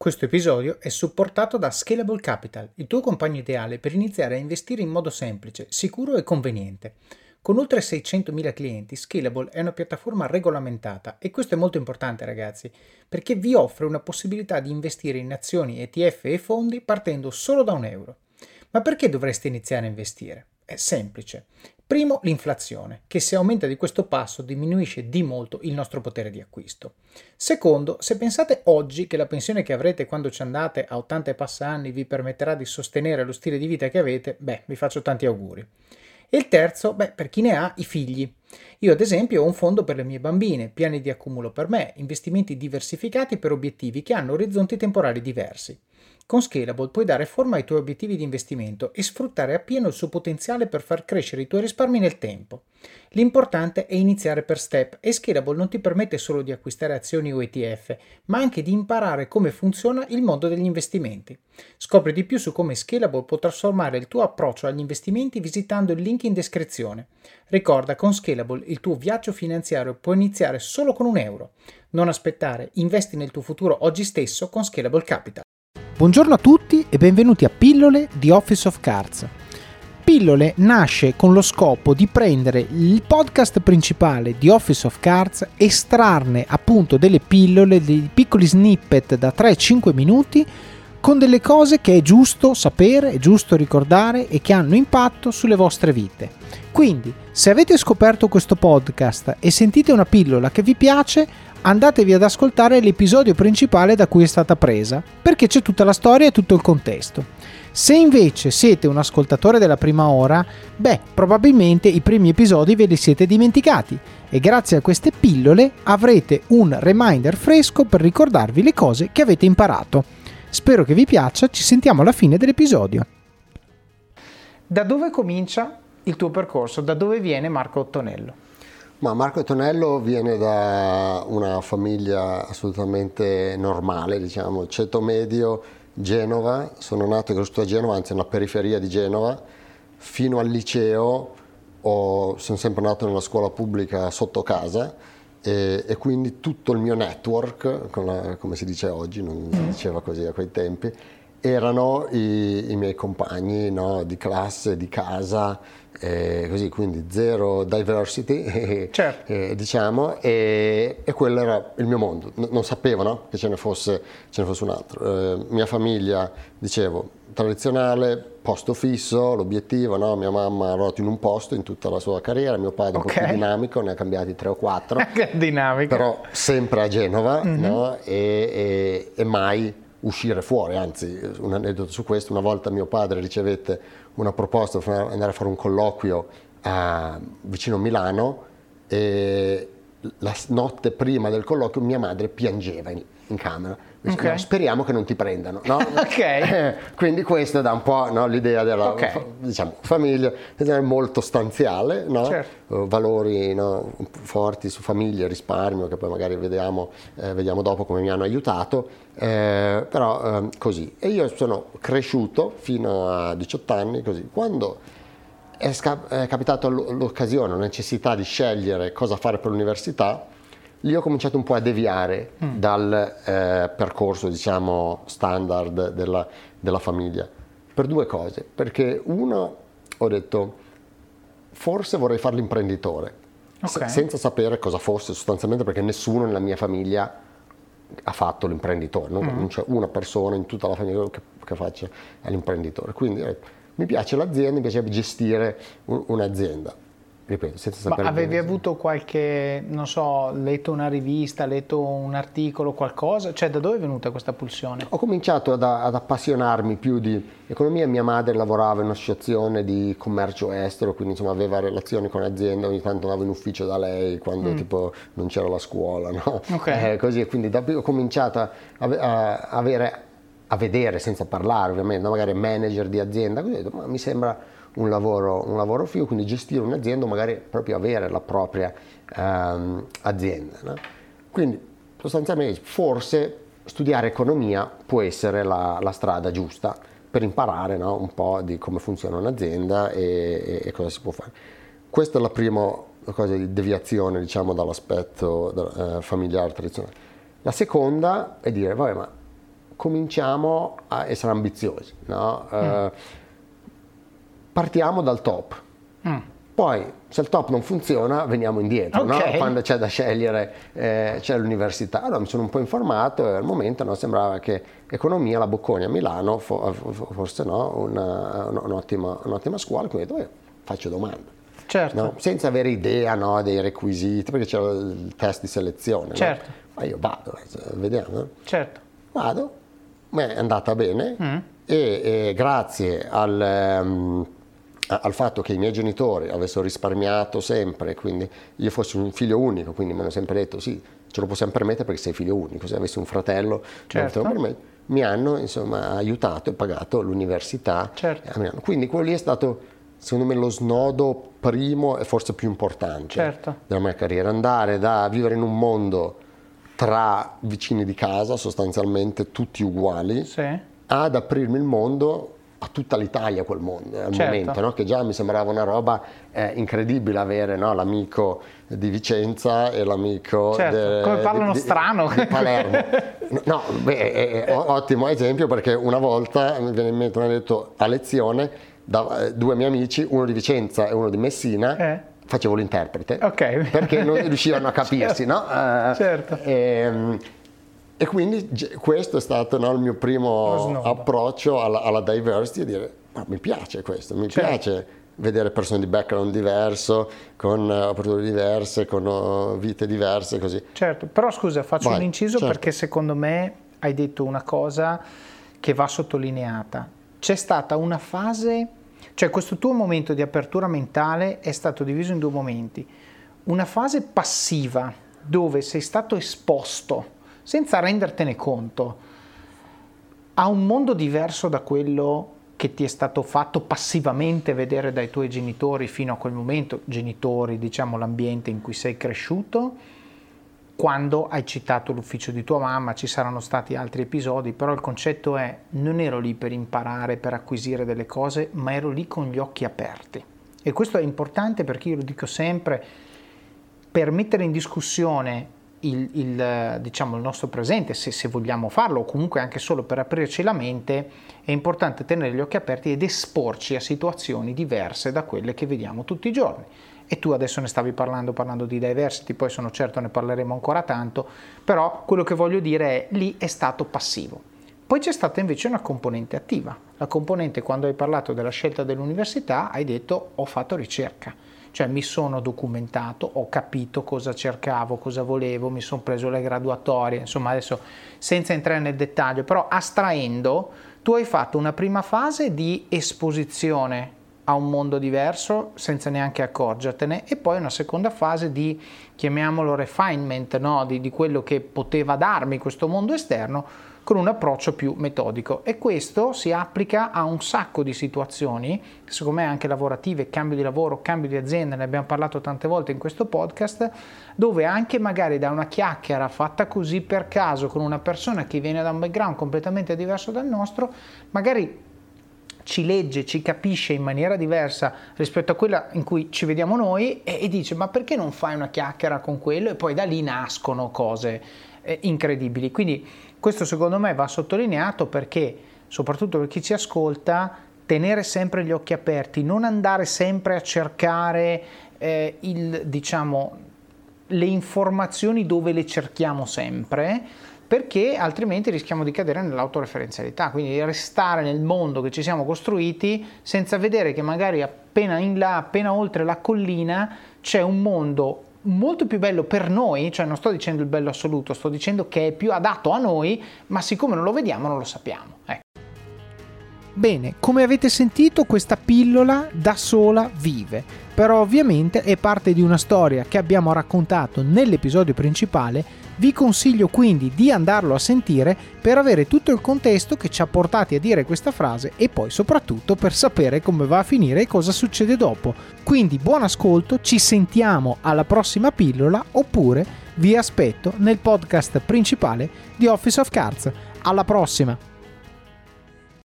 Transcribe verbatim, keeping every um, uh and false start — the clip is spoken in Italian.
Questo episodio è supportato da Scalable Capital, il tuo compagno ideale per iniziare a investire in modo semplice, sicuro e conveniente. Con oltre seicentomila clienti, Scalable è una piattaforma regolamentata e questo è molto importante, ragazzi, perché vi offre una possibilità di investire in azioni, E T F e fondi partendo solo da un euro. Ma perché dovreste iniziare a investire? È semplice. Primo, l'inflazione, che se aumenta di questo passo diminuisce di molto il nostro potere di acquisto. Secondo, se pensate oggi che la pensione che avrete quando ci andate a ottanta e passa anni vi permetterà di sostenere lo stile di vita che avete, beh, vi faccio tanti auguri. E il terzo, beh, per chi ne ha, i figli. Io ad esempio ho un fondo per le mie bambine, piani di accumulo per me, investimenti diversificati per obiettivi che hanno orizzonti temporali diversi. Con Scalable puoi dare forma ai tuoi obiettivi di investimento e sfruttare appieno il suo potenziale per far crescere i tuoi risparmi nel tempo. L'importante è iniziare per step e Scalable non ti permette solo di acquistare azioni o E T F, ma anche di imparare come funziona il mondo degli investimenti. Scopri di più su come Scalable può trasformare il tuo approccio agli investimenti visitando il link in descrizione. Ricorda, con Scalable il tuo viaggio finanziario può iniziare solo con un euro. Non aspettare, investi nel tuo futuro oggi stesso con Scalable Capital. Buongiorno a tutti e benvenuti a Pillole di Office of Cards. Pillole nasce con lo scopo di prendere il podcast principale di Office of Cards, estrarne appunto delle pillole, dei piccoli snippet da tre cinque minuti con delle cose che è giusto sapere, è giusto ricordare e che hanno impatto sulle vostre vite. Quindi, se avete scoperto questo podcast e sentite una pillola che vi piace, andatevi ad ascoltare l'episodio principale da cui è stata presa, perché c'è tutta la storia e tutto il contesto. Se invece siete un ascoltatore della prima ora, beh, probabilmente i primi episodi ve li siete dimenticati e grazie a queste pillole avrete un reminder fresco per ricordarvi le cose che avete imparato. Spero che vi piaccia, ci sentiamo alla fine dell'episodio. Da dove comincia il tuo percorso? Da dove viene Marco Ottonello? Ma Marco Ottonello viene da una famiglia assolutamente normale, diciamo, ceto medio, Genova. Sono nato e cresciuto a Genova, anzi nella periferia di Genova. Fino al liceo ho, sono sempre nato nella scuola pubblica sotto casa e, e quindi tutto il mio network, con la, come si dice oggi, non si diceva così a quei tempi, erano i, i miei compagni, no, di classe, di casa. Eh, così, quindi zero diversity, certo. eh, diciamo, e, e quello era il mio mondo. N- non sapevo, no, che ce ne fosse, ce ne fosse un altro. Eh, mia famiglia, dicevo, tradizionale, posto fisso, l'obiettivo, no? Mia mamma ha lavorato in un posto in tutta la sua carriera, mio padre okay. un po' più dinamico, ne ha cambiati tre o quattro, dinamico. Però sempre a Genova, mm-hmm. no? e, e, e mai uscire fuori. Anzi, un aneddoto su questo: una volta mio padre ricevette una proposta per andare a fare un colloquio a, vicino a Milano e la notte prima del colloquio mia madre piangeva in, in camera. Okay. No, speriamo che non ti prendano, no? Okay. Eh, quindi questo dà un po', no, l'idea della okay. fa, diciamo, famiglia molto stanziale, no? Certo. uh, valori, no, forti su famiglia, risparmio, che poi magari vediamo, eh, vediamo dopo come mi hanno aiutato, eh, però eh, così. E io sono cresciuto fino a diciotto anni così. Quando è, sca- è capitata l'occasione, la necessità di scegliere cosa fare per l'università, lì ho cominciato un po' a deviare mm. dal eh, percorso, diciamo, standard della, della famiglia, per due cose. Perché uno, ho detto, forse vorrei fare l'imprenditore, okay. se, senza sapere cosa fosse sostanzialmente, perché nessuno nella mia famiglia ha fatto l'imprenditore, no? mm. non c'è una persona in tutta la famiglia che, che faccia l'imprenditore. Quindi eh, mi piace l'azienda, mi piace gestire un, un'azienda. Ripeto, senza sapere. Ma avevi avuto qualche, non so, letto una rivista, letto un articolo, qualcosa? Cioè, da dove è venuta questa pulsione? Ho cominciato ad, ad appassionarmi più di economia. Mia madre lavorava in un'associazione di commercio estero, quindi insomma aveva relazioni con aziende, ogni tanto andavo in ufficio da lei quando mm. tipo non c'era la scuola, no? Okay. Eh, così, quindi da più ho cominciato a, a, a avere, a vedere, senza parlare ovviamente, no? Magari manager di azienda, così ho detto, ma mi sembra un lavoro, un lavoro figo, quindi gestire un'azienda o magari proprio avere la propria ehm, azienda, no? Quindi sostanzialmente forse studiare economia può essere la, la strada giusta per imparare, no? Un po' di come funziona un'azienda e, e, e cosa si può fare. Questa è la prima cosa di deviazione, diciamo, dall'aspetto eh, familiare tradizionale. La seconda è dire, vabbè, ma cominciamo a essere ambiziosi, no? Mm. Uh, partiamo dal top, mm. poi se il top non funziona veniamo indietro, okay. no? Quando c'è da scegliere eh, c'è l'università. Allora mi sono un po' informato e al momento, no, sembrava che economia, la Bocconi a Milano fo- forse no, una, un'ottima, un'ottima scuola, quindi ho detto, eh, faccio domanda. Certo. No? Senza avere idea, no, dei requisiti, perché c'era il test di selezione. Certo. No? Ma io vado, vediamo. Certo. Vado, ma è andata bene mm. e, e grazie al, um, al fatto che i miei genitori avessero risparmiato sempre, quindi io fossi un figlio unico, quindi mi hanno sempre detto sì, ce lo possiamo permettere perché sei figlio unico, se avessi un fratello certo. non te lo permetto. Mi hanno insomma aiutato e pagato l'università. Certo. A Milano. Quindi quello lì è stato, secondo me, lo snodo primo e forse più importante certo. della mia carriera, andare da vivere in un mondo tra vicini di casa, sostanzialmente tutti uguali, sì. ad aprirmi il mondo a tutta l'Italia, quel mondo al certo. momento, no? Che già mi sembrava una roba eh, incredibile avere, no? L'amico di Vicenza e l'amico certo. de, come parlano di, strano di, di Palermo. No, beh, è, è, ottimo esempio, perché una volta mi viene in mente un aneddoto a lezione da eh, due miei amici, uno di Vicenza e uno di Messina. Eh. Facevo l'interprete, okay. perché non riuscivano a capirsi, certo. no? Uh, certo. E, e quindi questo è stato, no, il mio primo approccio alla, alla diversity, e dire ma mi piace questo, mi certo. piace vedere persone di background diverso, con uh, opportunità diverse, con uh, vite diverse, così. Certo, però scusa, faccio Vai, un inciso certo. perché secondo me hai detto una cosa che va sottolineata. C'è stata una fase, cioè questo tuo momento di apertura mentale è stato diviso in due momenti. Una fase passiva, dove sei stato esposto, senza rendertene conto, a un mondo diverso da quello che ti è stato fatto passivamente vedere dai tuoi genitori fino a quel momento, genitori, diciamo l'ambiente in cui sei cresciuto. Quando hai citato l'ufficio di tua mamma, ci saranno stati altri episodi, però il concetto è: non ero lì per imparare, per acquisire delle cose, ma ero lì con gli occhi aperti. E questo è importante perché io lo dico sempre, per mettere in discussione il, il, diciamo, il nostro presente, se, se vogliamo farlo, o comunque anche solo per aprirci la mente, è importante tenere gli occhi aperti ed esporci a situazioni diverse da quelle che vediamo tutti i giorni. E tu adesso ne stavi parlando, parlando di diversity, poi sono certo ne parleremo ancora tanto, però quello che voglio dire è: lì è stato passivo. Poi c'è stata invece una componente attiva. La componente, quando hai parlato della scelta dell'università, hai detto: ho fatto ricerca, cioè mi sono documentato, ho capito cosa cercavo, cosa volevo, mi sono preso le graduatorie, insomma adesso senza entrare nel dettaglio, però astraendo, tu hai fatto una prima fase di esposizione a un mondo diverso senza neanche accorgertene, e poi una seconda fase di, chiamiamolo refinement, no? di, di quello che poteva darmi questo mondo esterno, con un approccio più metodico. E questo si applica a un sacco di situazioni, secondo me anche lavorative, cambio di lavoro, cambio di azienda, ne abbiamo parlato tante volte in questo podcast, dove anche magari da una chiacchiera fatta così per caso con una persona che viene da un background completamente diverso dal nostro, magari ci legge, ci capisce in maniera diversa rispetto a quella in cui ci vediamo noi, e, e dice: ma perché non fai una chiacchiera con quello? E poi da lì nascono cose eh, incredibili. Quindi questo secondo me va sottolineato, perché soprattutto per chi ci ascolta, tenere sempre gli occhi aperti, non andare sempre a cercare eh, il, diciamo, le informazioni dove le cerchiamo sempre, perché altrimenti rischiamo di cadere nell'autoreferenzialità, quindi restare nel mondo che ci siamo costruiti senza vedere che magari appena in là, appena oltre la collina, c'è un mondo molto più bello per noi, cioè non sto dicendo il bello assoluto, sto dicendo che è più adatto a noi, ma siccome non lo vediamo non lo sappiamo. Ecco. Bene, come avete sentito, questa pillola da sola vive, però ovviamente è parte di una storia che abbiamo raccontato nell'episodio principale. Vi consiglio quindi di andarlo a sentire per avere tutto il contesto che ci ha portati a dire questa frase, e poi soprattutto per sapere come va a finire e cosa succede dopo. Quindi buon ascolto, ci sentiamo alla prossima pillola, oppure vi aspetto nel podcast principale di Office of Cards. Alla prossima!